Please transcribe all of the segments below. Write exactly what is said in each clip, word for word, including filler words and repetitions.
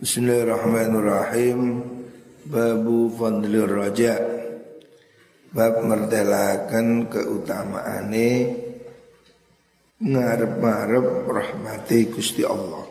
Bismillahirrahmanirrahim. Babu fadlir raja. Bab mertelakan keutamaane ngarep-ngarep rahmati Gusti Allah.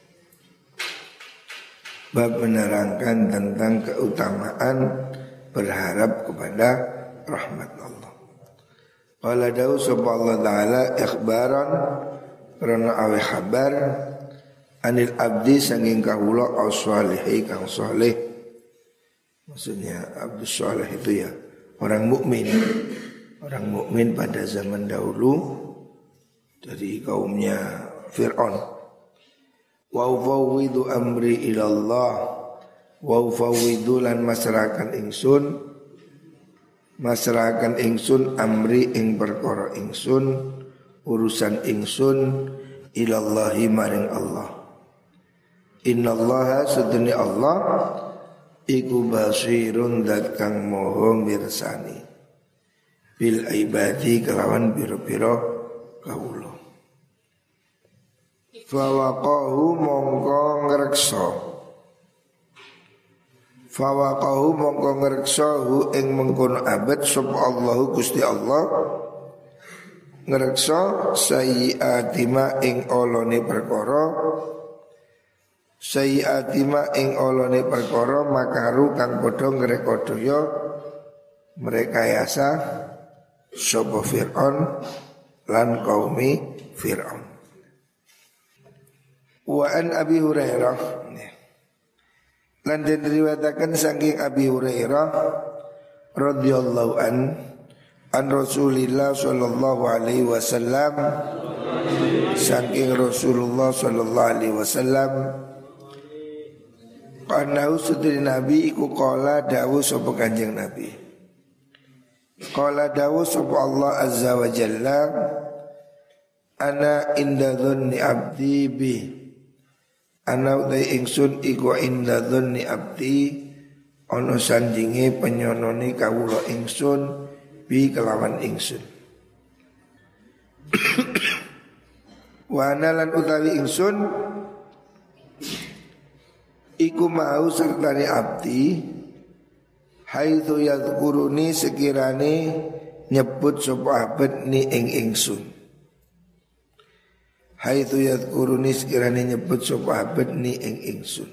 Bab menerangkan tentang keutamaan berharap kepada rahmat Allah. Qala dawu subhanahu wa ta'ala ikhbaran karena awe khabar anil abdi sanging kawula as-salihi kang saleh. Maksudnya abdi saleh itu ya orang mukmin. Orang mukmin pada zaman dahulu dari kaumnya Fir'aun. Wa ufawwidu amri ilallah wa ufawwidu lan masrakan ingsun masrakan ingsun amri ing perkara ingsun urusan ingsun ilallahi maring Allah. Innallaha sedene Allah iku basirun dat kang moho mirsani bil ibadi kelawan biro-biro kawula. Fawaqahu mongko ngreksa Fawaqahu mongko ngreksa hu ing mengkono abad sapa Allahu Gusti Allah ngreksa sayyiatima ing olone perkara sayyiatima ing olone perkara makaru kang padha ngrekodaya mrekayasa sapa Fir'aun lan kaumi Fir'aun. Wa an Abi Hurairah lan den riwayataken saking Abi Hurairah radhiyallahu an an Rasulillah sallallahu alaihi wasallam saking Rasulullah sallallahu alaihi wasallam karena usutri Nabi iku qala dawu sapa Kanjeng Nabi. Qala dawu sapa Allah azza wa jalla ana inda dhanni abdi bi. Ana utai ingsun iku inda dhanni abdi ana sandinge penyonone kawula ingsun bi kelawan ingsun. Wa ana lan utawi ingsun iku mau sertane abdi haitsu yadhkuruni sekirane nyebut sapa abad ni ing ingsun. Haitsu yadhkuruni sekirane nyebut sapa abad ni ing ingsun.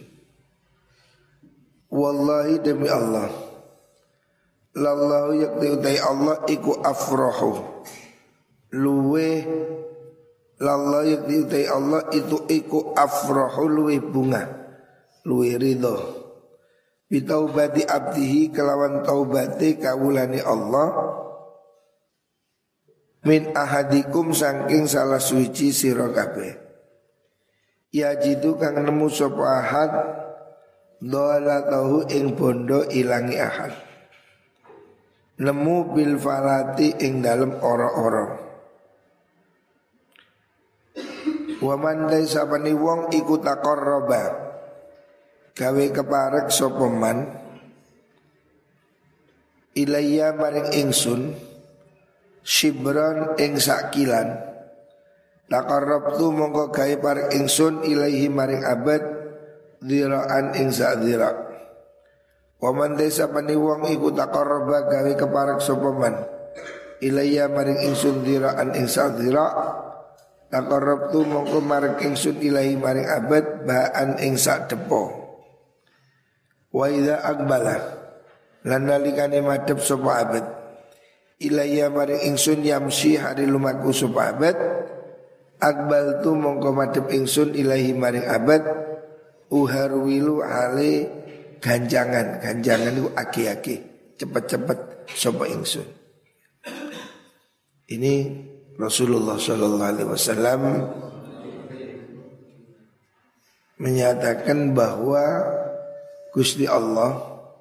Wallahi demi Allah lallahu yakti utai Allah iku afrahu luwe lallahu yakti utai Allah itu iku afrahu luwe bunga luwe ridho bitaubati abdihi kelawan taubati kawulani Allah min ahadikum saking salah suci sira kabeh ya jidu kang nemu sapa ahad dhalatahu ing bondo ilangi ahad nemu bil falati ing dalem ora-ora wa man laisa bani wong iku taqarraba gawe keparek sapa man ilayya maring ingsun shibran ing sakilan taqarrabtu mongko gawe parek ingsun ilaihi maring abad dhiraan ing sak dhira wa man desa pani wong iku taqarraba gawe keparek sapa man ilayya maring ingsun dhiraan ing sak dhira taqarrabtu mongko marek ingsun ilaihi maring abad baan ing sak depo. Wa idza aqbala lan nalikane madhep sapa abad ilayya maring ingsun yamsi hari lumaku sapa abad aqbal tu mongko madhep ingsun ilahi maring abad uharwilu ale ganjangan ganjangan itu aki-aki cepet-cepet sapa ingsun. Ini Rasulullah sallallahu alaihi wasallam menyatakan bahwa Gusti Allah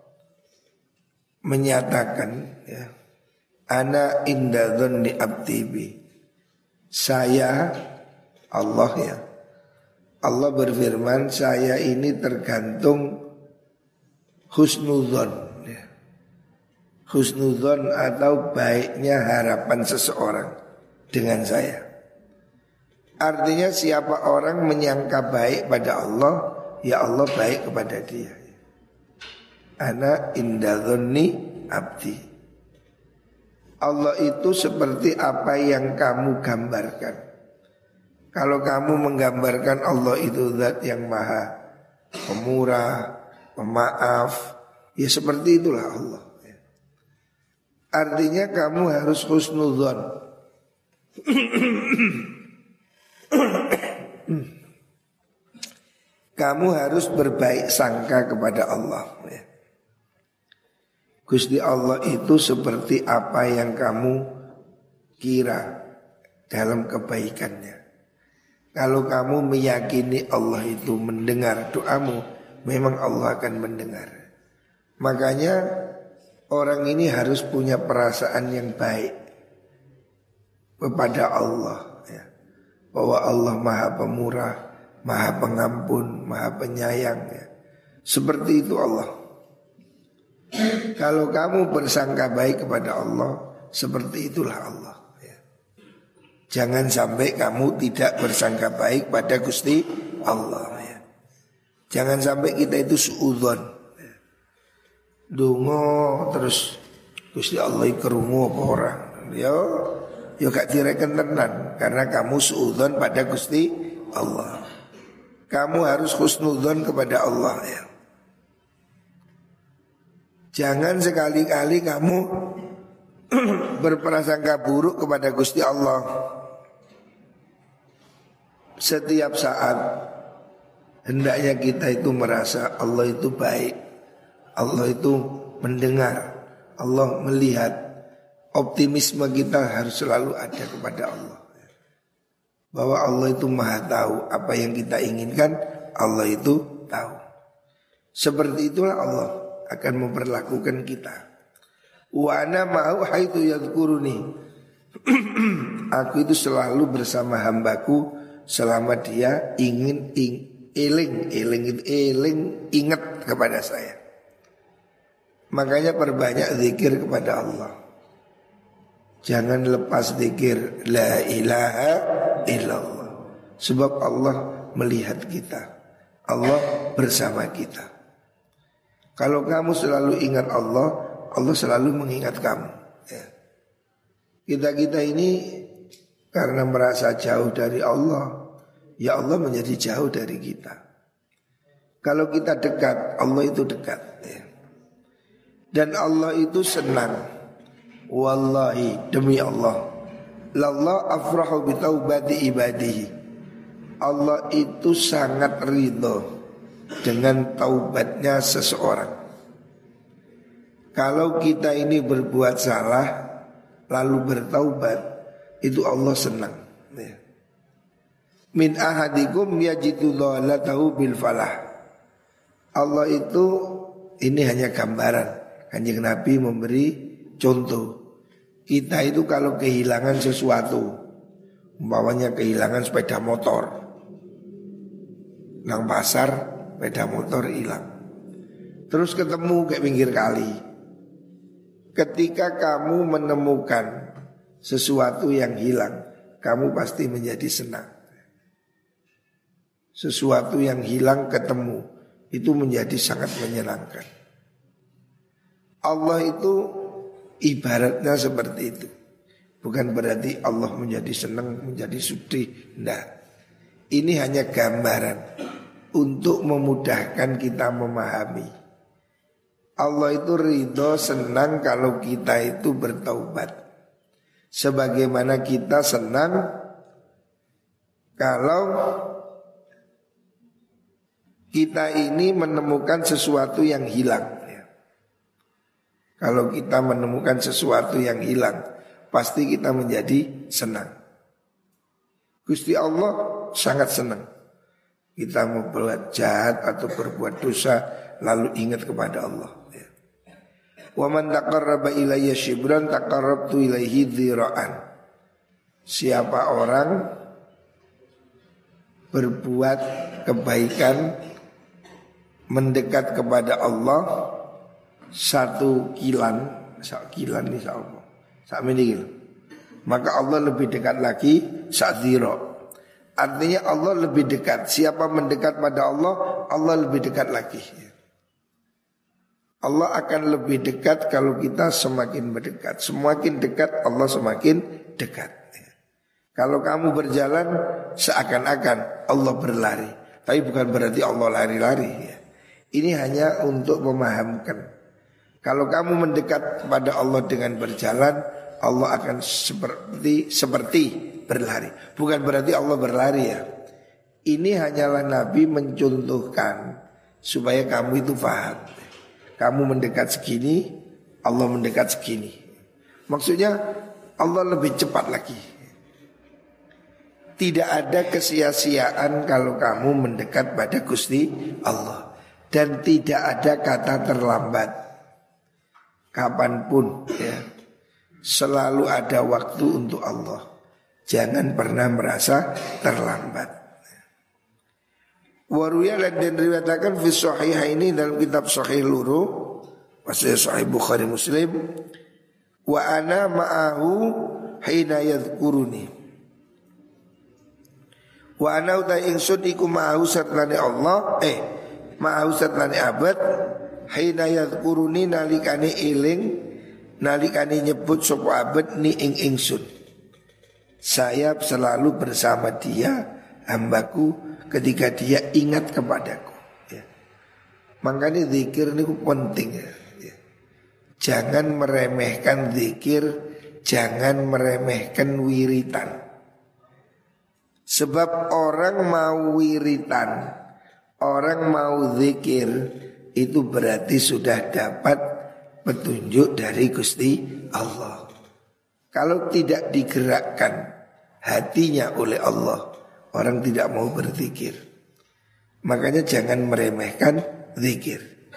menyatakan ya, ana inda dhanni abdi bi. Saya Allah ya. Allah berfirman saya ini tergantung husnudzon ya. Husnudzon atau baiknya harapan seseorang dengan saya. Artinya siapa orang menyangka baik pada Allah, ya Allah baik kepada dia. Ana inda dzanni abdi. Allah itu seperti apa yang kamu gambarkan. Kalau kamu menggambarkan Allah itu zat yang maha pemurah, pemaaf, ya seperti itulah Allah. Artinya kamu harus husnudzon. Kamu harus berbaik sangka kepada Allah. Gusti Allah itu seperti apa yang kamu kira dalam kebaikannya. Kalau kamu meyakini Allah itu mendengar doamu, memang Allah akan mendengar. Makanya orang ini harus punya perasaan yang baik kepada Allah, ya. Bahwa Allah maha pemurah, maha pengampun, maha penyayang, ya. Seperti itu Allah. Kalau kamu bersangka baik kepada Allah, seperti itulah Allah, ya. Jangan sampai kamu tidak bersangka baik pada Gusti Allah, ya. Jangan sampai kita itu suudzon, dungo terus Gusti Allah kerungu apa orang. Yo, yo gak direken tenan karena kamu suudzon pada Gusti Allah. Kamu harus husnudzon kepada Allah, ya. Jangan sekali-kali kamu berprasangka buruk kepada Gusti Allah. Setiap saat hendaknya kita itu merasa Allah itu baik, Allah itu mendengar, Allah melihat. Optimisme kita harus selalu ada kepada Allah, bahwa Allah itu maha tahu. Apa yang kita inginkan Allah itu tahu. Seperti itulah Allah akan memperlakukan kita. Wa ana ma'u haitsu yadhkuruni. Aku itu selalu bersama hambaku selama dia ingin ing, eling, eling itu eling ingat kepada saya. Makanya perbanyak zikir kepada Allah. Jangan lepas zikir la ilaha illallah. Sebab Allah melihat kita, Allah bersama kita. Kalau kamu selalu ingat Allah, Allah selalu mengingat kamu, ya. Kita-kita ini karena merasa jauh dari Allah, ya Allah menjadi jauh dari kita. Kalau kita dekat, Allah itu dekat, ya. Dan Allah itu senang. Wallahi demi Allah, lallah afrahu bitaubati ibadihi. Allah itu sangat ridho dengan taubatnya seseorang. Kalau kita ini berbuat salah lalu bertaubat, itu Allah senang, ya. Min ahadikum yajidu dhalatahu bil falah. Allah itu ini hanya gambaran. Kanjeng Nabi memberi contoh. Kita itu kalau kehilangan sesuatu, umpamanya kehilangan sepeda motor, nang pasar sepeda motor hilang, terus ketemu kayak pinggir kali. Ketika kamu menemukan sesuatu yang hilang, kamu pasti menjadi senang. Sesuatu yang hilang ketemu, itu menjadi sangat menyenangkan. Allah itu ibaratnya seperti itu. Bukan berarti Allah menjadi senang, menjadi sedih. Nah, ini hanya gambaran untuk memudahkan kita memahami. Allah itu ridho, senang kalau kita itu bertaubat. Sebagaimana kita senang kalau kita ini menemukan sesuatu yang hilang. Kalau kita menemukan sesuatu yang hilang, pasti kita menjadi senang. Gusti Allah sangat senang. Kita mau berbuat jahat atau berbuat dosa, lalu ingat kepada Allah. Wa man taqarraba ilayya shibran taqarrabtu ilaihi dzira'an. Siapa orang berbuat kebaikan, mendekat kepada Allah satu kilan, satu kilan insya Allah, satu menit, maka Allah lebih dekat lagi satu ziro. Artinya Allah lebih dekat. Siapa mendekat pada Allah, Allah lebih dekat lagi. Allah akan lebih dekat kalau kita semakin mendekat. Semakin dekat Allah semakin dekat. Kalau kamu berjalan seakan-akan Allah berlari, tapi bukan berarti Allah lari-lari. Ini hanya untuk memahamkan. Kalau kamu mendekat pada Allah dengan berjalan, Allah akan seperti seperti berlari. Bukan berarti Allah berlari ya. Ini hanyalah Nabi mencontohkan supaya kamu itu paham. Kamu mendekat segini, Allah mendekat segini. Maksudnya Allah lebih cepat lagi. Tidak ada kesia-siaan kalau kamu mendekat pada Gusti Allah. Dan tidak ada kata terlambat. Kapanpun ya, selalu ada waktu untuk Allah. Jangan pernah merasa terlambat. Waruya dan riwayatkan fi sahihaini dalam kitab Sahih luru, maksudnya Sahih Bukhari Muslim, wa ana ma'ahu hina yadhkuruni. Wa ana utai ingsun iku ma'ahu sartane Allah, eh ma'ahu sartane abad, hina yadhkuruni nalikane eling, nalikane nyebut sapa abad ni ing ingsun. Saya selalu bersama dia, hambaku, ketika dia ingat kepadaku ya. Makanya zikir ini penting ya. Ya. Jangan meremehkan zikir, jangan meremehkan wiritan. Sebab orang mau wiritan, orang mau zikir, itu berarti sudah dapat petunjuk dari Gusti Allah. Kalau tidak digerakkan hatinya oleh Allah, orang tidak mau berzikir. Makanya jangan meremehkan zikir.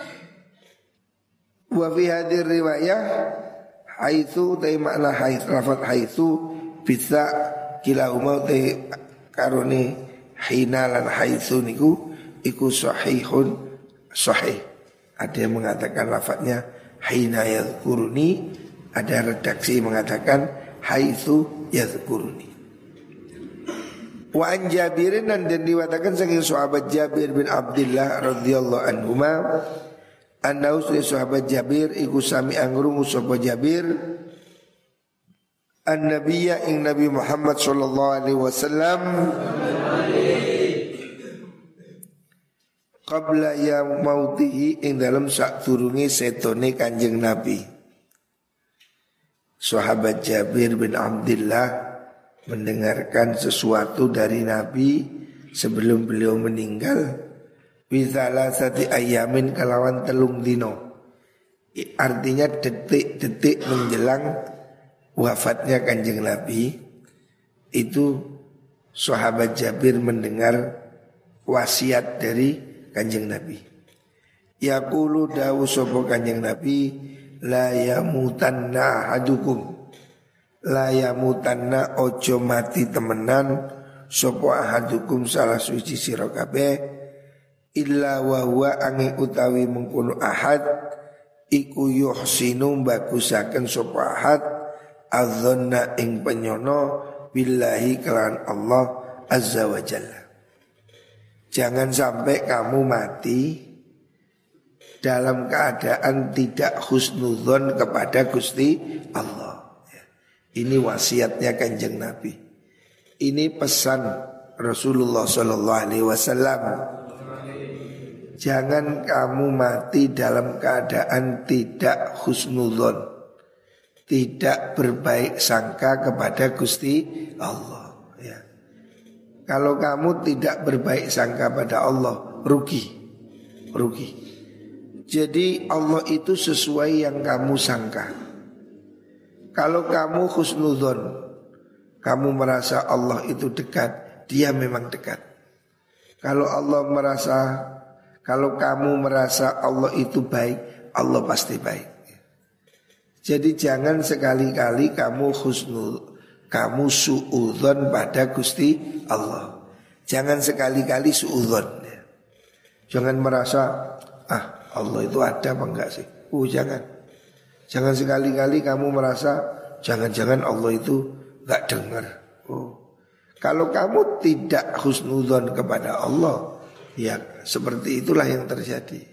Wa fi hadhihi riwayah haitsu ta makna haitsu lafaz haitsu bisa kilahuma ta karone hina lan haitsu niku iku sahihun sahih. Ada yang mengatakan lafaznya hina yadhkuruni, ada redaksi mengatakan haitsu yadhkuruni. Wa an Jabirin dan diwatakan saking sahabat Jabir bin Abdullah radhiyallahu anhuma anna usri sahabat Jabir iku sami angrungu sapa Jabir an-nabiyya ing Nabi Muhammad sallallahu alaihi wasallam qabla ya mautihi ing dalam sakdurunge setone Kanjeng Nabi. Sahabat Jabir bin Abdullah mendengarkan sesuatu dari Nabi sebelum beliau meninggal. Bisalah sati ayamin kalawan telung dino. Artinya detik-detik menjelang wafatnya Kanjeng Nabi. Itu sahabat Jabir mendengar wasiat dari Kanjeng Nabi. Yaqulu dawu sapa Kanjeng Nabi, la yamutanna ahadukum, la yamutanna ojo mati temenan sapa ahadukum salah suci sira kabeh illa wa huwa angin utawi mengkono ahad iku yuhsinu bagusaken sapa ahad adzanna ing penyono billahi kelan Allah azza wa jalla. Jangan sampai kamu mati dalam keadaan tidak husnudzon kepada Gusti Allah. Ini wasiatnya Kanjeng Nabi. Ini pesan Rasulullah Sallallahu Alaihi Wasallam. Jangan kamu mati dalam keadaan tidak husnudzon, tidak berbaik sangka kepada Gusti Allah. Ya. Kalau kamu tidak berbaik sangka pada Allah, rugi, rugi. Jadi Allah itu sesuai yang kamu sangka. Kalau kamu husnudzon, kamu merasa Allah itu dekat, dia memang dekat. Kalau Allah merasa, kalau kamu merasa Allah itu baik, Allah pasti baik. Jadi jangan sekali-kali kamu husnul, kamu suudzon pada Gusti Allah. Jangan sekali-kali suudzon. Jangan merasa, ah Allah itu ada apa enggak sih? Uh jangan. Jangan sekali-kali kamu merasa jangan-jangan Allah itu gak dengar. Oh, Kalau kamu tidak husnudzon kepada Allah, ya seperti itulah yang terjadi.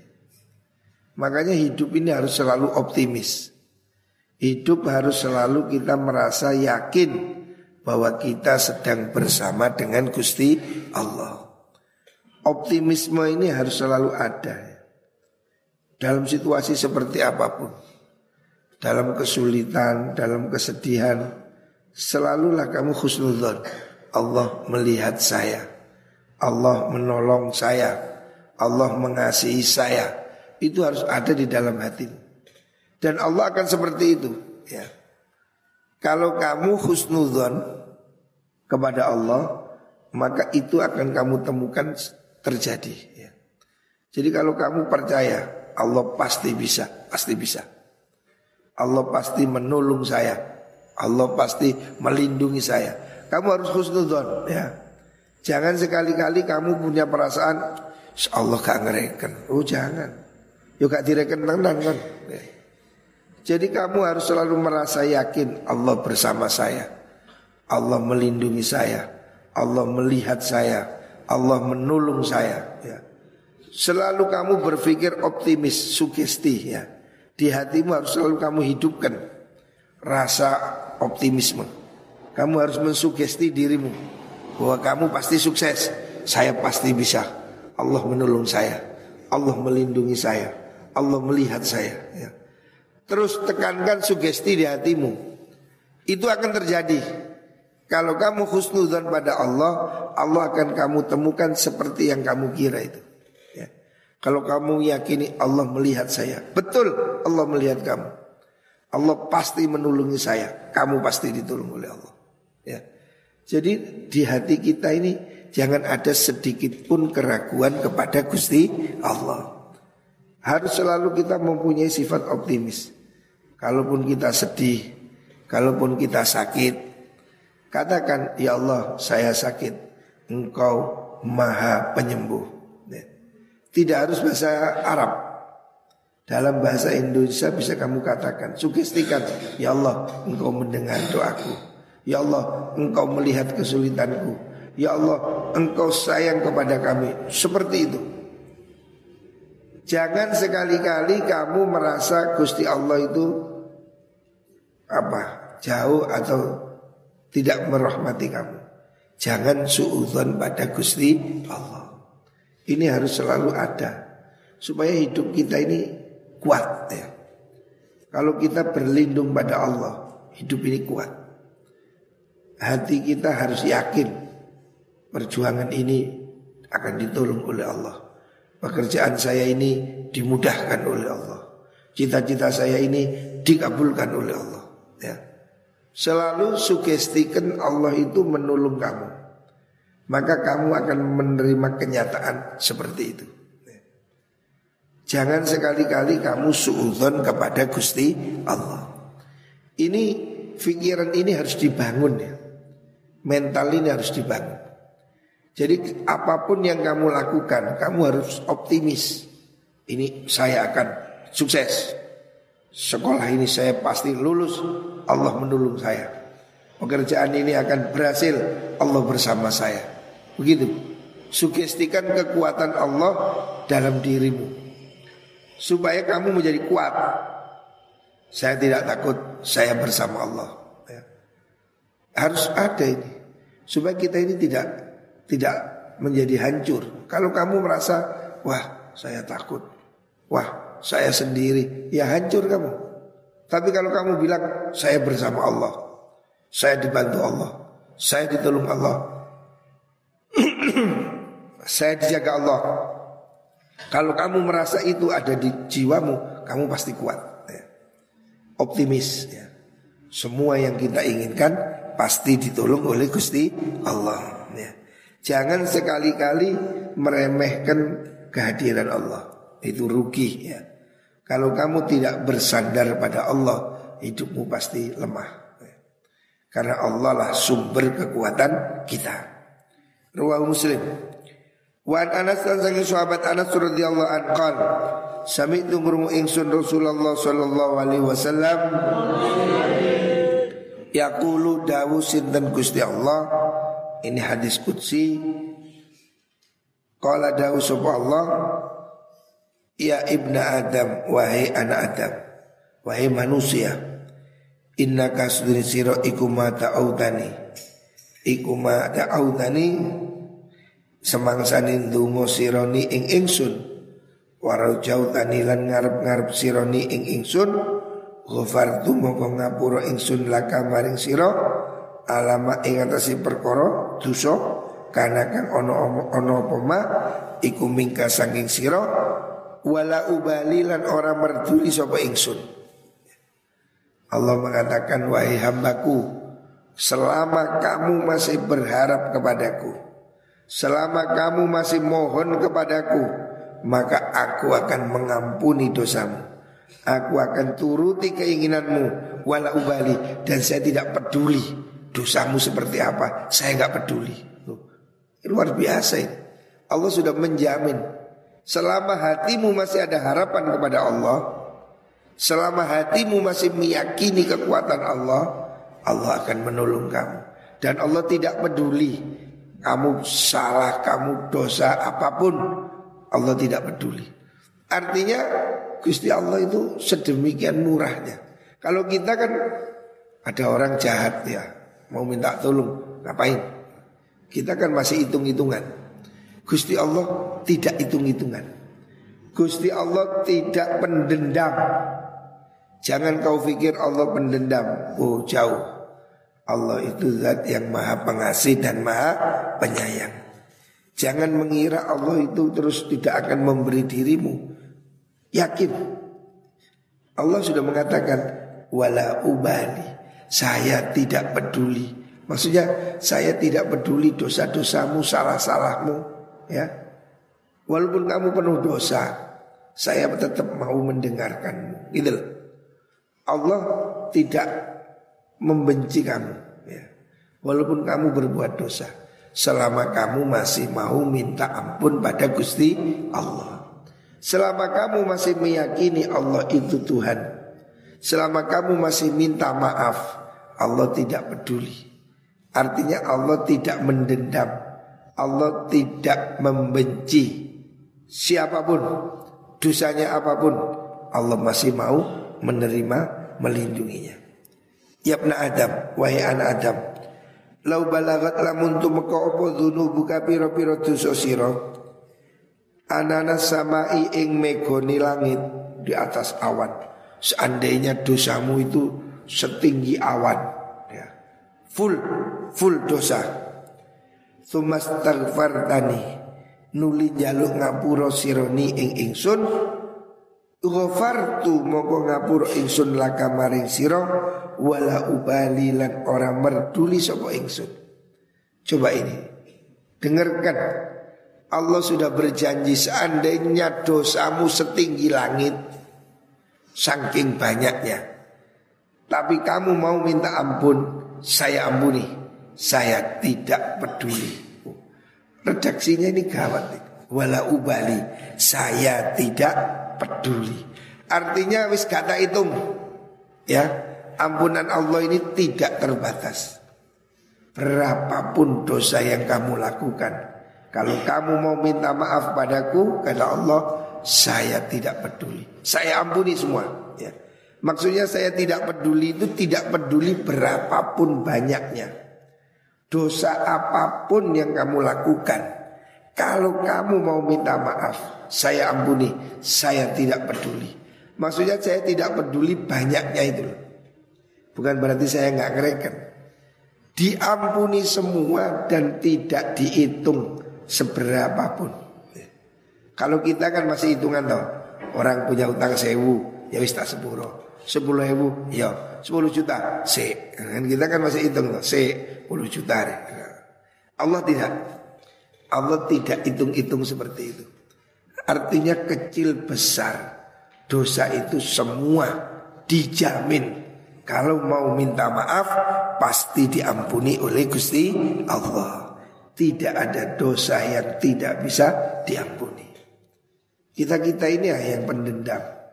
Makanya hidup ini harus selalu optimis. Hidup harus selalu kita merasa yakin bahwa kita sedang bersama dengan Gusti Allah. Optimisme ini harus selalu ada dalam situasi seperti apapun. Dalam kesulitan, dalam kesedihan, selalulah kamu husnudzon. Allah melihat saya, Allah menolong saya, Allah mengasihi saya. Itu harus ada di dalam hatimu. Dan Allah akan seperti itu, ya. Kalau kamu husnudzon kepada Allah, maka itu akan kamu temukan terjadi, ya. Jadi kalau kamu percaya Allah pasti bisa, pasti bisa. Allah pasti menolong saya, Allah pasti melindungi saya. Kamu harus husnudzon, ya. Jangan sekali-kali kamu punya perasaan Allah gak ngereken. Oh jangan. Yo gak direken tenan kan. Ya. Jadi kamu harus selalu merasa yakin Allah bersama saya, Allah melindungi saya, Allah melihat saya, Allah menolong saya, ya. Selalu kamu berpikir optimis, sugesti, ya. Di hatimu harus selalu kamu hidupkan rasa optimisme. Kamu harus mensugesti dirimu bahwa kamu pasti sukses, saya pasti bisa, Allah menolong saya, Allah melindungi saya, Allah melihat saya, ya. Terus tekankan sugesti di hatimu. Itu akan terjadi. Kalau kamu husnudzon pada Allah, Allah akan kamu temukan seperti yang kamu kira itu, ya. Kalau kamu yakini Allah melihat saya, betul Allah melihat kamu, Allah pasti menolongi saya, kamu pasti ditolong oleh Allah, ya. Jadi di hati kita ini jangan ada sedikit pun keraguan kepada Gusti Allah. Harus selalu kita mempunyai sifat optimis. Kalaupun kita sedih, kalaupun kita sakit, katakan, ya Allah saya sakit, Engkau maha penyembuh. Tidak harus bahasa Arab. Dalam bahasa Indonesia bisa kamu katakan, sugestikan, ya Allah Engkau mendengar doaku, ya Allah Engkau melihat kesulitanku, ya Allah Engkau sayang kepada kami. Seperti itu. Jangan sekali-kali kamu merasa Gusti Allah itu apa jauh atau tidak merahmati kamu. Jangan suudzon pada Gusti Allah. Ini harus selalu ada supaya hidup kita ini kuat, ya. Kalau kita berlindung pada Allah, hidup ini kuat. Hati kita harus yakin perjuangan ini akan ditolong oleh Allah. Pekerjaan saya ini dimudahkan oleh Allah. Cita-cita saya ini dikabulkan oleh Allah, ya. Selalu sugestikan Allah itu menolong kamu, maka kamu akan menerima kenyataan seperti itu, ya. Jangan sekali-kali kamu suudzon kepada Gusti Allah. Ini pikiran ini harus dibangun, ya. Mental ini harus dibangun. Jadi apapun yang kamu lakukan, kamu harus optimis. Ini saya akan sukses. Sekolah ini saya pasti lulus, Allah menolong saya. Pekerjaan ini akan berhasil, Allah bersama saya. Begitu. Sugestikan kekuatan Allah dalam dirimu, supaya kamu menjadi kuat. Saya tidak takut, saya bersama Allah, ya. Harus ada ini, supaya kita ini tidak Tidak menjadi hancur. Kalau kamu merasa, wah saya takut, wah saya sendiri, ya hancur kamu. Tapi kalau kamu bilang, saya bersama Allah, saya dibantu Allah, saya ditolong Allah, saya dijaga Allah. Kalau kamu merasa itu ada di jiwamu, kamu pasti kuat, ya. Optimis, ya. Semua yang kita inginkan pasti ditolong oleh Gusti Allah, ya. Jangan sekali-kali meremehkan kehadiran Allah. Itu rugi, ya. Kalau kamu tidak bersandar pada Allah, hidupmu pasti lemah, ya. Karena Allah lah sumber kekuatan kita. Riwayat Muslim. Wa Anas dan sang sahabat Anas radhiyallahu anhu qala sami'tu ngurungu ingsun Rasulullah sallallahu alaihi wasallam yaqulu dawu sinten Gusti Allah ini hadis qudsi. Qala dawu sapa Allah, ya ibna Adam, wahai anak Adam, wahai manusia, innaka sudri sira iku ma ta'audani, iku ma ta'audani semangsane ndonga sirani ing ingsun, warau jautani lan ngarep-ngarep sirani ing ingsun, ghafartu mongko ngapura ingsun laka maring sira alama ing atase perkara dosa kana kang ono ono apa ma iku mingka saking sira wala ubali lan ora merduli sapa ingsun. Allah mengatakan, wahai hambaku, selama kamu masih berharap kepadaku, selama kamu masih mohon kepadaku, maka aku akan mengampuni dosamu, aku akan turuti keinginanmu, wala ubali, dan saya tidak peduli dosamu seperti apa, saya enggak peduli. Luar biasa ini. Allah sudah menjamin selama hatimu masih ada harapan kepada Allah, selama hatimu masih meyakini kekuatan Allah, Allah akan menolong kamu. Dan Allah tidak peduli kamu salah, kamu dosa apapun, Allah tidak peduli. Artinya Gusti Allah itu sedemikian murahnya. Kalau kita kan ada orang jahat ya, mau minta tolong, ngapain? Kita kan masih hitung-hitungan. Gusti Allah tidak hitung-hitungan. Gusti Allah tidak pendendam. Jangan kau pikir Allah pendendam. Oh jauh. Allah itu zat yang maha pengasih dan maha penyayang. Jangan mengira Allah itu terus tidak akan memberi dirimu. Yakin. Allah sudah mengatakan, wala ubali, saya tidak peduli. Maksudnya saya tidak peduli dosa-dosamu, salah-salahmu, ya. Walaupun kamu penuh dosa, saya tetap mau mendengarkanmu. Gitu loh. Allah tidak membenci kamu, ya. Walaupun kamu berbuat dosa, selama kamu masih mau minta ampun pada Gusti Allah, selama kamu masih meyakini Allah itu Tuhan, selama kamu masih minta maaf, Allah tidak peduli. Artinya Allah tidak mendendam, Allah tidak membenci siapapun, dosanya apapun, Allah masih mau menerima, melindunginya. Yabna Adam, wahai anak Adam, lau balagat lamun tumeka apa dzunubuka pira-pira dosa sira, anana samai ing megoni langit di atas awan. Seandainya dosamu itu setinggi awan, ya, full full dosa. Sumastaghfartani, nuli jaluk ngapura sironi ing ingsun, ghafartu moko ngapura ingsun laka maring sira wala ubali lan ora merduli sapa ingsun. Coba ini, dengarkan. Allah sudah berjanji seandainya dosamu setinggi langit, saking banyaknya, tapi kamu mau minta ampun, saya ampuni. Saya tidak peduli. Redaksinya ini gawat. Wala ubali, saya tidak peduli. Artinya wis gak tak hitung. Ya, ampunan Allah ini tidak terbatas. Berapapun dosa yang kamu lakukan, kalau kamu mau minta maaf padaku, kata Allah, saya tidak peduli. Saya ampuni semua, ya. Maksudnya saya tidak peduli itu tidak peduli berapapun banyaknya. Dosa apapun yang kamu lakukan, kalau kamu mau minta maaf, saya ampuni, saya tidak peduli. Maksudnya saya tidak peduli banyaknya itu. Bukan berarti saya nggak ngereken. Diampuni semua dan tidak dihitung seberapapun. Kalau kita kan masih hitungan toh. Orang punya utang sewu, ya wis tak sepuluh. Sepuluh ribu, ya sepuluh juta, se. Kan kita kan masih hitung toh, se sepuluh juta. Allah tidak. Allah tidak hitung-hitung seperti itu. Artinya kecil besar dosa itu semua dijamin. Kalau mau minta maaf pasti diampuni oleh Gusti Allah. Tidak ada dosa yang tidak bisa diampuni. Kita-kita ini ya yang pendendam.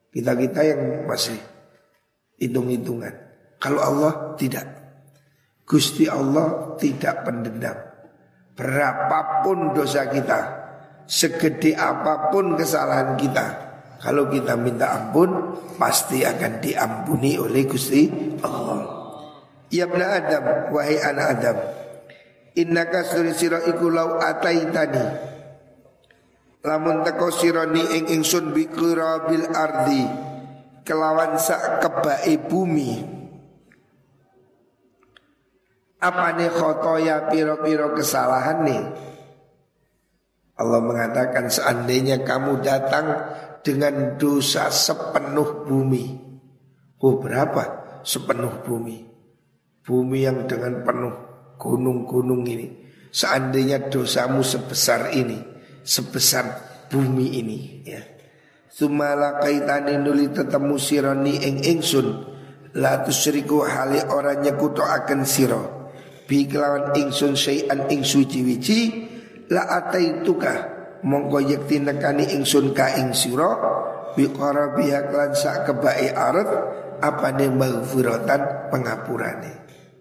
Kita-kita yang masih hitung-hitungan. Kalau Allah tidak. Gusti Allah tidak pendendam. Berapapun dosa kita, segede apapun kesalahan kita, kalau kita minta ampun, pasti akan diampuni oleh Gusti Allah. Ya ibna Adam, wahai anak Adam, innaka suri sira iku lau ataitani, lamun teko sira ni ing ingsun bi qirabil ardi, kelawan sak kebake bumi. Apane khotoya piro-piro kesalahan nih? Allah mengatakan seandainya kamu datang dengan dosa sepenuh bumi. Oh berapa? Sepenuh bumi. Bumi yang dengan penuh gunung-gunung ini. Seandainya dosamu sebesar ini, sebesar bumi ini, ya. Tsumala kaitani nuli tetemu sironi ing ingsun, la tusriku hali ora nyekuto akan sira. Bi kelawan ingsun syai'an ing suci-wici, la ataituka mongko yekti nekani ingsun ka ing sira bi qarabiha lan sak kebae arat apane maghfiratan pengapurane.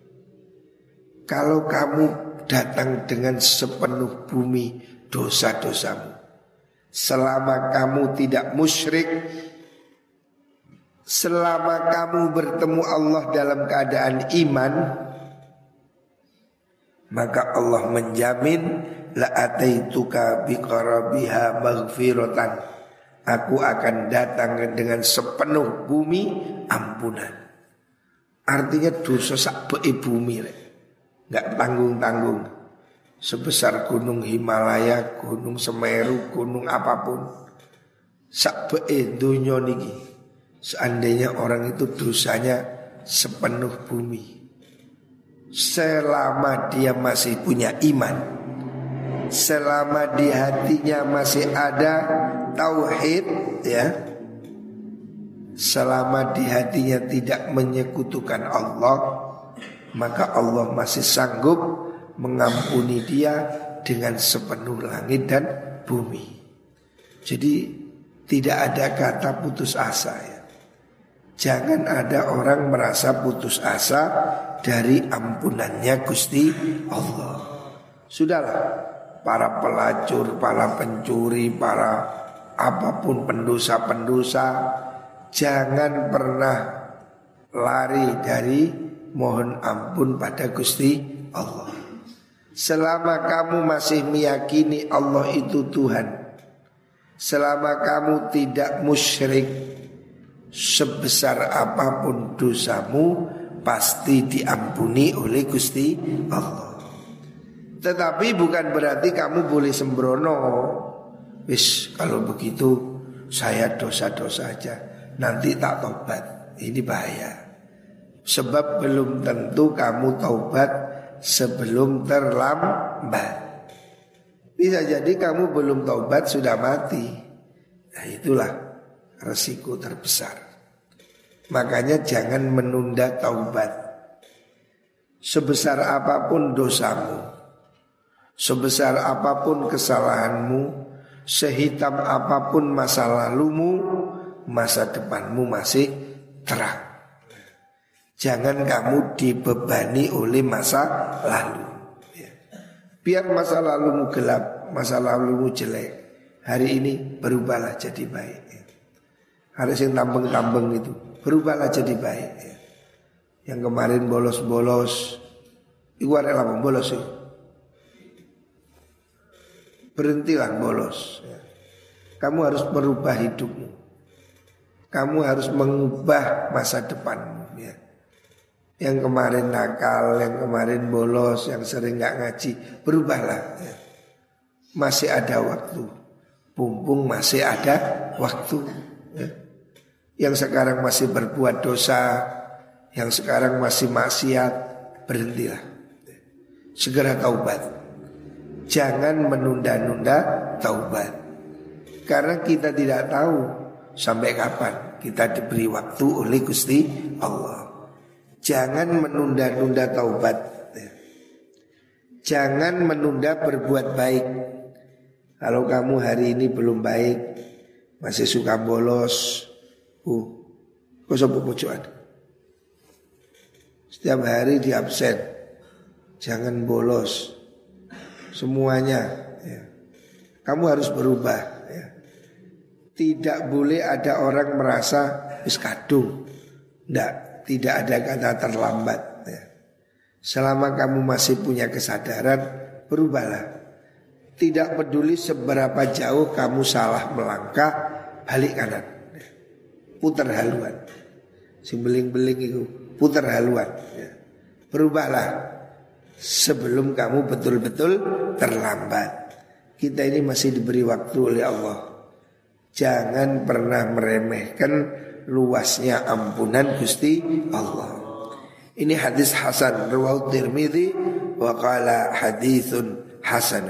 Kalau kamu datang dengan sepenuh bumi dosa-dosamu, selama kamu tidak musyrik, selama kamu bertemu Allah dalam keadaan iman, maka Allah menjamin la ataituka biqarabiha maghfiratan, aku akan datang dengan sepenuh bumi ampunan. Artinya dosa sakbeke bumi, enggak tanggung-tanggung. Sebesar gunung Himalaya, gunung Semeru, gunung apapun, sakbeke donya niki, seandainya orang itu dosanya sepenuh bumi, selama dia masih punya iman, selama di hatinya masih ada tauhid, ya, selama di hatinya tidak menyekutukan Allah, maka Allah masih sanggup mengampuni dia dengan sepenuh langit dan bumi. Jadi tidak ada kata putus asa, ya. Jangan ada orang merasa putus asa dari ampunannya Gusti Allah. Sudahlah, para pelacur, para pencuri, para apapun pendosa-pendosa, jangan pernah lari dari mohon ampun pada Gusti Allah. Selama kamu masih meyakini Allah itu Tuhan, selama kamu tidak musyrik, sebesar apapun dosamu pasti diampuni oleh Gusti Allah. Tetapi bukan berarti kamu boleh sembrono. Wis kalau begitu saya dosa-dosa aja, nanti tak tobat. Ini bahaya. Sebab belum tentu kamu taubat sebelum terlambat. Bisa jadi kamu belum taubat sudah mati. Nah itulah resiko terbesar. Makanya jangan menunda taubat. Sebesar apapun dosamu, sebesar apapun kesalahanmu, sehitam apapun masa lalumu, masa depanmu masih terang. Jangan kamu dibebani oleh masa lalu, ya. Biar masa lalumu gelap, masa lalumu jelek, hari ini berubahlah jadi baik, ya. Harus yang tambeng-tambeng itu berubahlah jadi baik, ya. Yang kemarin bolos-bolos, itu adalah bolos ya. Berhentilah bolos, ya. Kamu harus merubah hidupmu, kamu harus mengubah masa depanmu, ya. Yang kemarin nakal, yang kemarin bolos, yang sering gak ngaji, berubahlah, ya. Masih ada waktu, mumpung masih ada waktu, ya. Yang sekarang masih berbuat dosa, yang sekarang masih maksiat, berhentilah, ya. Segera taubat. Jangan menunda-nunda taubat. Karena kita tidak tahu sampai kapan kita diberi waktu oleh Gusti Allah. Jangan menunda-nunda taubat, ya. Jangan menunda berbuat baik. Kalau kamu hari ini belum baik, masih suka bolos, uh, kok sopo pojokan, setiap hari di absen, jangan bolos. Semuanya ya. Kamu harus berubah ya. Tidak boleh ada orang merasa wis kadung. Tidak, tidak ada kata terlambat ya. Selama kamu masih punya kesadaran, berubahlah. Tidak peduli seberapa jauh kamu salah melangkah, balik kanan, putar haluan. Si beling-beling itu putar haluan ya. Berubahlah sebelum kamu betul-betul terlambat. Kita ini masih diberi waktu oleh Allah. Jangan pernah meremehkan luasnya ampunan Gusti Allah. Ini hadis hasan riwayat Tirmidzi wa qala haditsun hasan.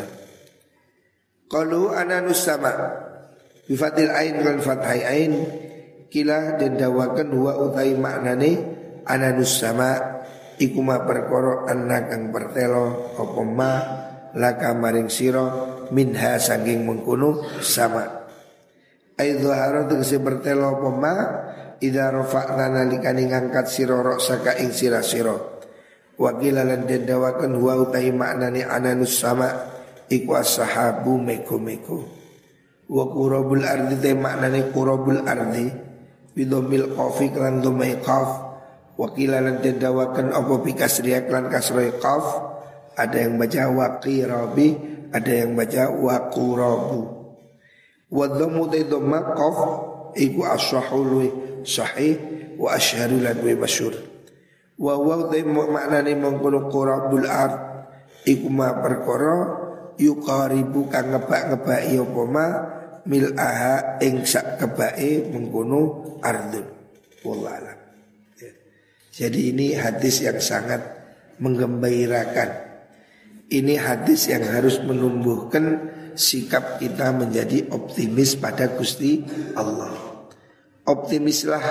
Qalu ananus sama bi fathil ain wal fathai ain kila den dawaken wa utai maknane ananus sama iku ma perkara ana kang pertelo apa ma laka maring sira minha saking mengkono sama aidhara tegese pertelo apa ma idza rafa'na nalikane ngangkat sira saka ing sira-sira wa qila lan den dawaken wa utai maknane ananus sama iku as-sahabu meko-meko wa qurabul ardi te maknane qurabul ardi bidomil qafi lan domai qaf wa qila lan dawakan apa bi kasriya lan kasrai qaf. Ada yang baca wa qirabi, ada yang baca wa qurabu. Wa dhammu te dhamma qaf iku as-sahih sahih wa asyharu lan wa masyhur wa wa te maknane mengkono qurabul ard iku ma perkara yuqaribu kang ngebak-ngebaki apa ma mil'aha ing sak kebake mengkono ardun wallahu alam ya. Jadi ini hadis yang sangat menggembirakan. Ini hadis yang harus menumbuhkan sikap kita menjadi optimis pada Gusti Allah. Optimislah,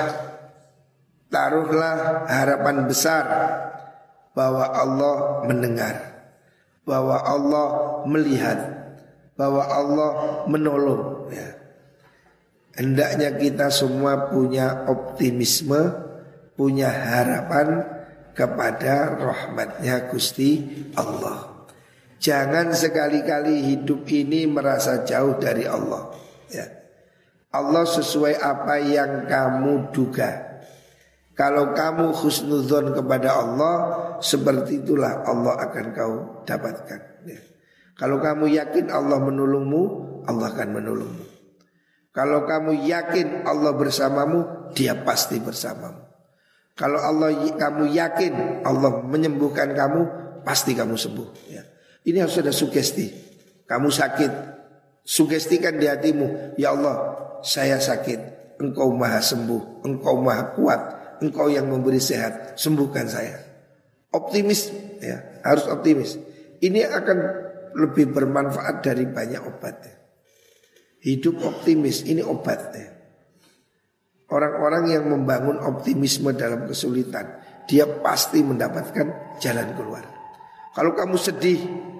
taruhlah harapan besar bahwa Allah mendengar, bahwa Allah melihat, bahwa Allah menolong ya. Hendaknya kita semua punya optimisme, punya harapan kepada rahmatnya Gusti Allah. Jangan sekali-kali hidup ini merasa jauh dari Allah ya. Allah sesuai apa yang kamu duga. Kalau kamu husnudzon kepada Allah, seperti itulah Allah akan kau dapatkan ya. Kalau kamu yakin Allah menolongmu, Allah akan menolongmu. Kalau kamu yakin Allah bersamamu, Dia pasti bersamamu. Kalau Allah kamu yakin Allah menyembuhkan kamu, pasti kamu sembuh ya. Ini harus ada sugesti. Kamu sakit, sugestikan di hatimu, ya Allah, saya sakit, Engkau maha sembuh, Engkau maha kuat, Engkau yang memberi sehat, sembuhkan saya. Optimis ya, harus optimis. Ini akan lebih bermanfaat dari banyak obat ya. Hidup optimis, ini obat ya. Orang-orang yang membangun optimisme dalam kesulitan, dia pasti mendapatkan jalan keluar. Kalau kamu sedih,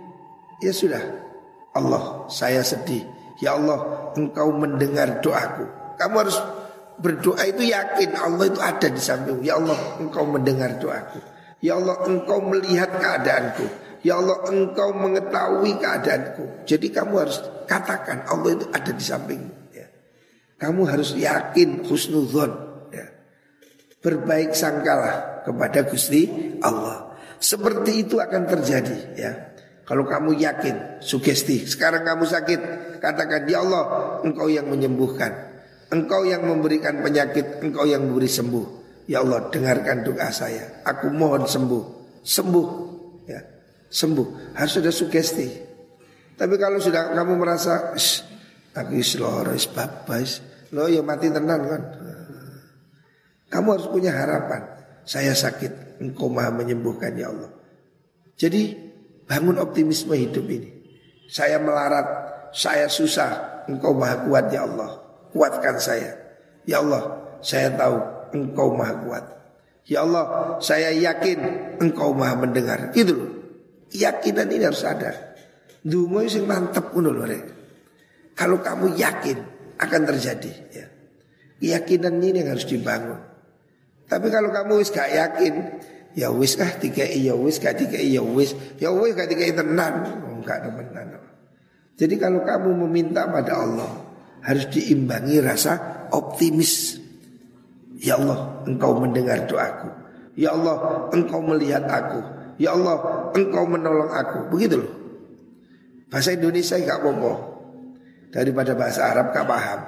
ya sudah, Allah, saya sedih. Ya Allah, Engkau mendengar doaku. Kamu harus berdoa itu yakin Allah itu ada di sampingmu. Ya Allah, Engkau mendengar doaku. Ya Allah, Engkau melihat keadaanku. Ya Allah, Engkau mengetahui keadaanku. Jadi kamu harus katakan Allah itu ada di sampingmu ya. Kamu harus yakin husnudzon ya. Berbaik sangkalah kepada Gusti Allah. Seperti itu akan terjadi ya. Kalau kamu yakin, sugesti. Sekarang kamu sakit, katakan, ya Allah, Engkau yang menyembuhkan, Engkau yang memberikan penyakit, Engkau yang memberi sembuh. Ya Allah, dengarkan doa saya. Aku mohon sembuh, sembuh ya, sembuh. Harus ada sugesti. Tapi kalau sudah kamu merasa aku seloro is babas, lo ya mati tenan kan. Kamu harus punya harapan. Saya sakit, Engkau maha menyembuhkan ya Allah. Jadi bangun optimisme hidup ini. Saya melarat, saya susah, Engkau maha kuat ya Allah. Kuatkan saya. Ya Allah, saya tahu Engkau maha kuat. Ya Allah, saya yakin Engkau maha mendengar. Gitu loh. Keyakinan ini harus ada. Dungo sing mantep ngono lho rek. Kalau kamu yakin akan terjadi ya. Keyakinan ini yang harus dibangun. Tapi kalau kamu wis gak yakin, Ya wis kah dikei ya wis gak dikei ya wis. Ya wis gak dikei tenan. Enggak tenan. Jadi kalau kamu meminta pada Allah harus diimbangi rasa optimis. Ya Allah, Engkau mendengar doaku. Ya Allah, Engkau melihat aku. Ya Allah, Engkau menolong aku. Begitu loh. Bahasa Indonesia gak apa-apa. Daripada bahasa Arab gak paham.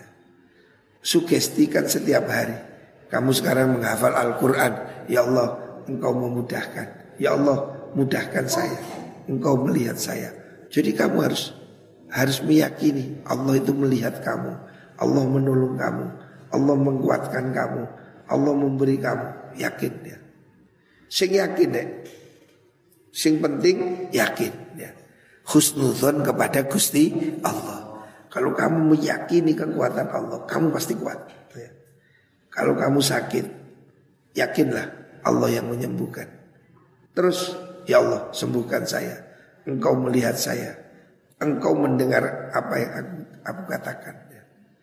Sugestikan setiap hari. Kamu sekarang menghafal Al-Quran. Ya Allah, Engkau memudahkan. Ya Allah, mudahkan saya. Engkau melihat saya. Jadi kamu harus harus meyakini Allah itu melihat kamu. Allah menolong kamu. Allah menguatkan kamu. Allah memberi kamu. Yakin ya. Sing yakin ya. Sing penting yakin ya. Husnudzon kepada Gusti Allah. Kalau kamu meyakini kekuatan Allah, kamu pasti kuat ya. Kalau kamu sakit, yakinlah Allah yang menyembuhkan. Terus, ya Allah sembuhkan saya. Engkau melihat saya. Engkau mendengar apa yang aku, aku katakan ya.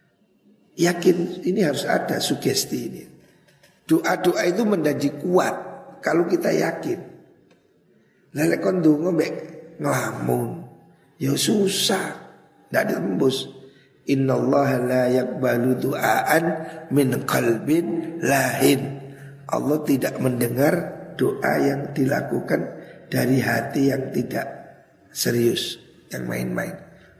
Yakin, ini harus ada sugesti ini. Doa-doa itu menjadi kuat kalau kita yakin. Lelek kon ndonga mbek ngelamun, ya susah, tidak ditembus. Innallaha la yaqbalu du'aan min qalbin lahin. Allah tidak mendengar doa yang dilakukan dari hati yang tidak serius, yang main-main.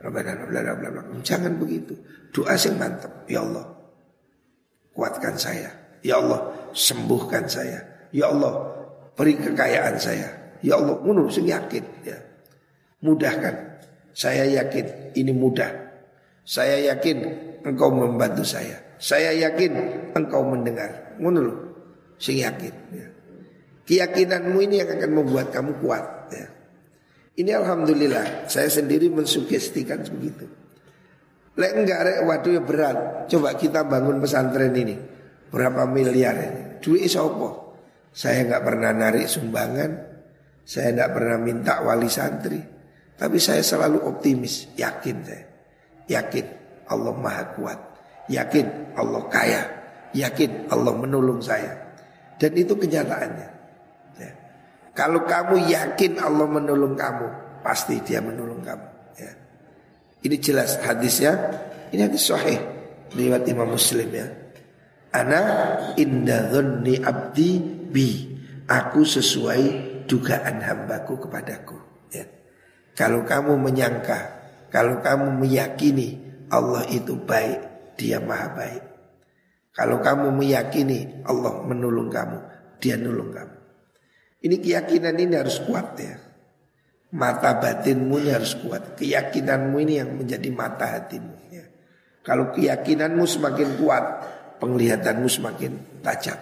Jangan begitu. Doa sing mantap. Ya Allah, kuatkan saya. Ya Allah, sembuhkan saya. Ya Allah, beri kekayaan saya. Ya Allah, menurut sing yakin ya. Mudahkan. Saya yakin ini mudah. Saya yakin Engkau membantu saya. Saya yakin Engkau mendengar. Menurut sing yakin ya. Keyakinanmu ini yang akan membuat kamu kuat ya. Ini alhamdulillah saya sendiri mensugestikan begitu. Lek enggak rek waduh ya berat. Coba kita bangun pesantren ini. Berapa miliar ini? Duit sopo? Saya enggak pernah narik sumbangan. Saya enggak pernah minta wali santri. Tapi saya selalu optimis, yakin saya. Yakin Allah Maha Kuat. Yakin Allah kaya. Yakin Allah menolong saya. Dan itu kenyataannya ya. Kalau kamu yakin Allah menolong kamu, pasti Dia menolong kamu ya. Ini jelas hadisnya. Ini hadis sahih riwayat Imam Muslim ya. Ana inda dhanni abdi bi. Aku sesuai dugaan hambaku kepadaku ya. Kalau kamu menyangka, kalau kamu meyakini Allah itu baik, Dia maha baik. Kalau kamu meyakini Allah menolong kamu, Dia nolong kamu. Ini keyakinan ini harus kuat ya. Mata batinmu ini harus kuat. Keyakinanmu ini yang menjadi mata hatimu ya. Kalau keyakinanmu semakin kuat, penglihatanmu semakin tajam.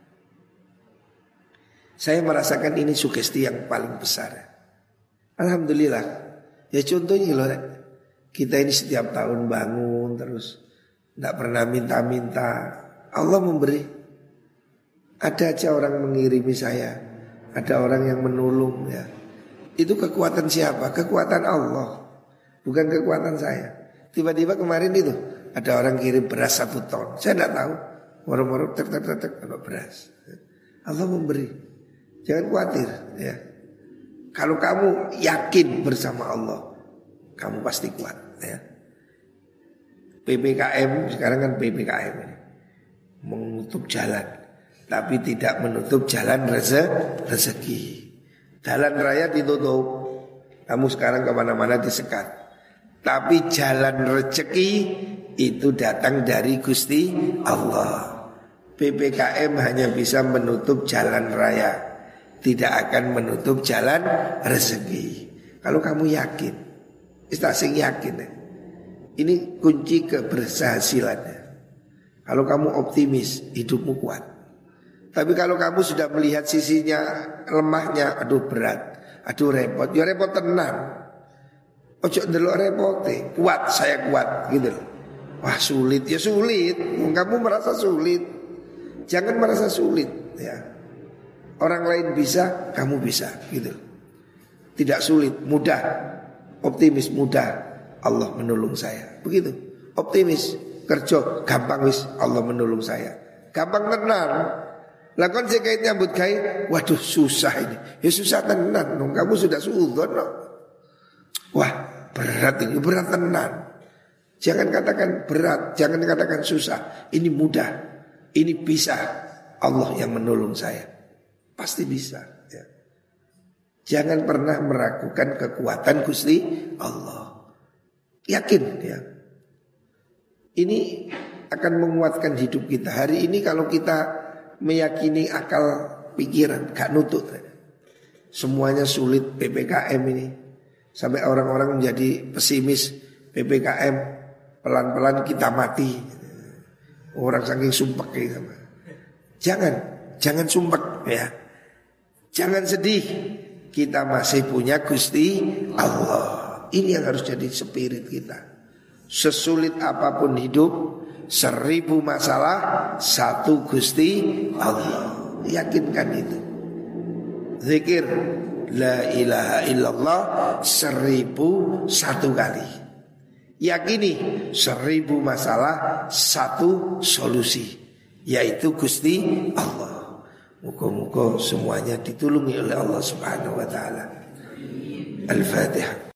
Saya merasakan ini sugesti yang paling besar ya. Alhamdulillah. Ya contohnya loh, kita ini setiap tahun bangun terus, tidak pernah minta-minta. Allah memberi. Ada aja orang mengirimi saya, ada orang yang menolong ya. Itu kekuatan siapa? Kekuatan Allah, bukan kekuatan saya. Tiba-tiba kemarin itu ada orang kirim beras satu ton. Saya tidak tahu. Moro-moro tek tek tek tek beras. Allah memberi. Jangan khawatir ya. Kalau kamu yakin bersama Allah, kamu pasti kuat ya. P P K M sekarang kan P P K M ini menutup jalan, tapi tidak menutup jalan rezeki. Jalan raya ditutup, kamu sekarang kemana-mana disekat. Tapi jalan rezeki itu datang dari Gusti Allah. P P K M hanya bisa menutup jalan raya, tidak akan menutup jalan rezeki. Kalau kamu yakin, istasing yakin ya. Ini kunci keberhasilannya. Kalau kamu optimis, hidupmu kuat. Tapi kalau kamu sudah melihat sisinya lemahnya, aduh berat, aduh repot, ya repot tenang. Ojo ndelok repote, kuat saya kuat gitu. Wah sulit, ya sulit. Kamu merasa sulit, jangan merasa sulit ya. Orang lain bisa, kamu bisa gitu. Tidak sulit, mudah. Optimis, mudah. Allah menolong saya. Begitu. Optimis, kerja gampang wis, Allah menolong saya. Gampang tenang. Lakon saya kait nyambut gawe, waduh susah ini. Ya susah tenan, dong. Kamu sudah suudon no. Wah berat ini, berat tenan. Jangan katakan berat, jangan katakan susah. Ini mudah, ini bisa. Allah yang menolong saya. Pasti bisa ya. Jangan pernah meragukan kekuatan Gusti Allah. Yakin ya. Ini akan menguatkan hidup kita. Hari ini kalau kita meyakini akal pikiran, gak nutut. Semuanya sulit P P K M ini. Sampai orang-orang menjadi pesimis P P K M. Pelan-pelan kita mati. Orang saking sumpek gitu. Jangan, jangan sumpek ya. Jangan sedih. Kita masih punya Gusti Allah. Ini yang harus jadi spirit kita. Sesulit apapun hidup, seribu masalah, satu Gusti Allah. Yakinkan itu. Zikir la ilaha illallah seribu satu kali. Yakini seribu masalah, satu solusi, yaitu Gusti Allah. Muka-muka semuanya ditulungi oleh Allah Subhanahu wa ta'ala. Al-Fatihah.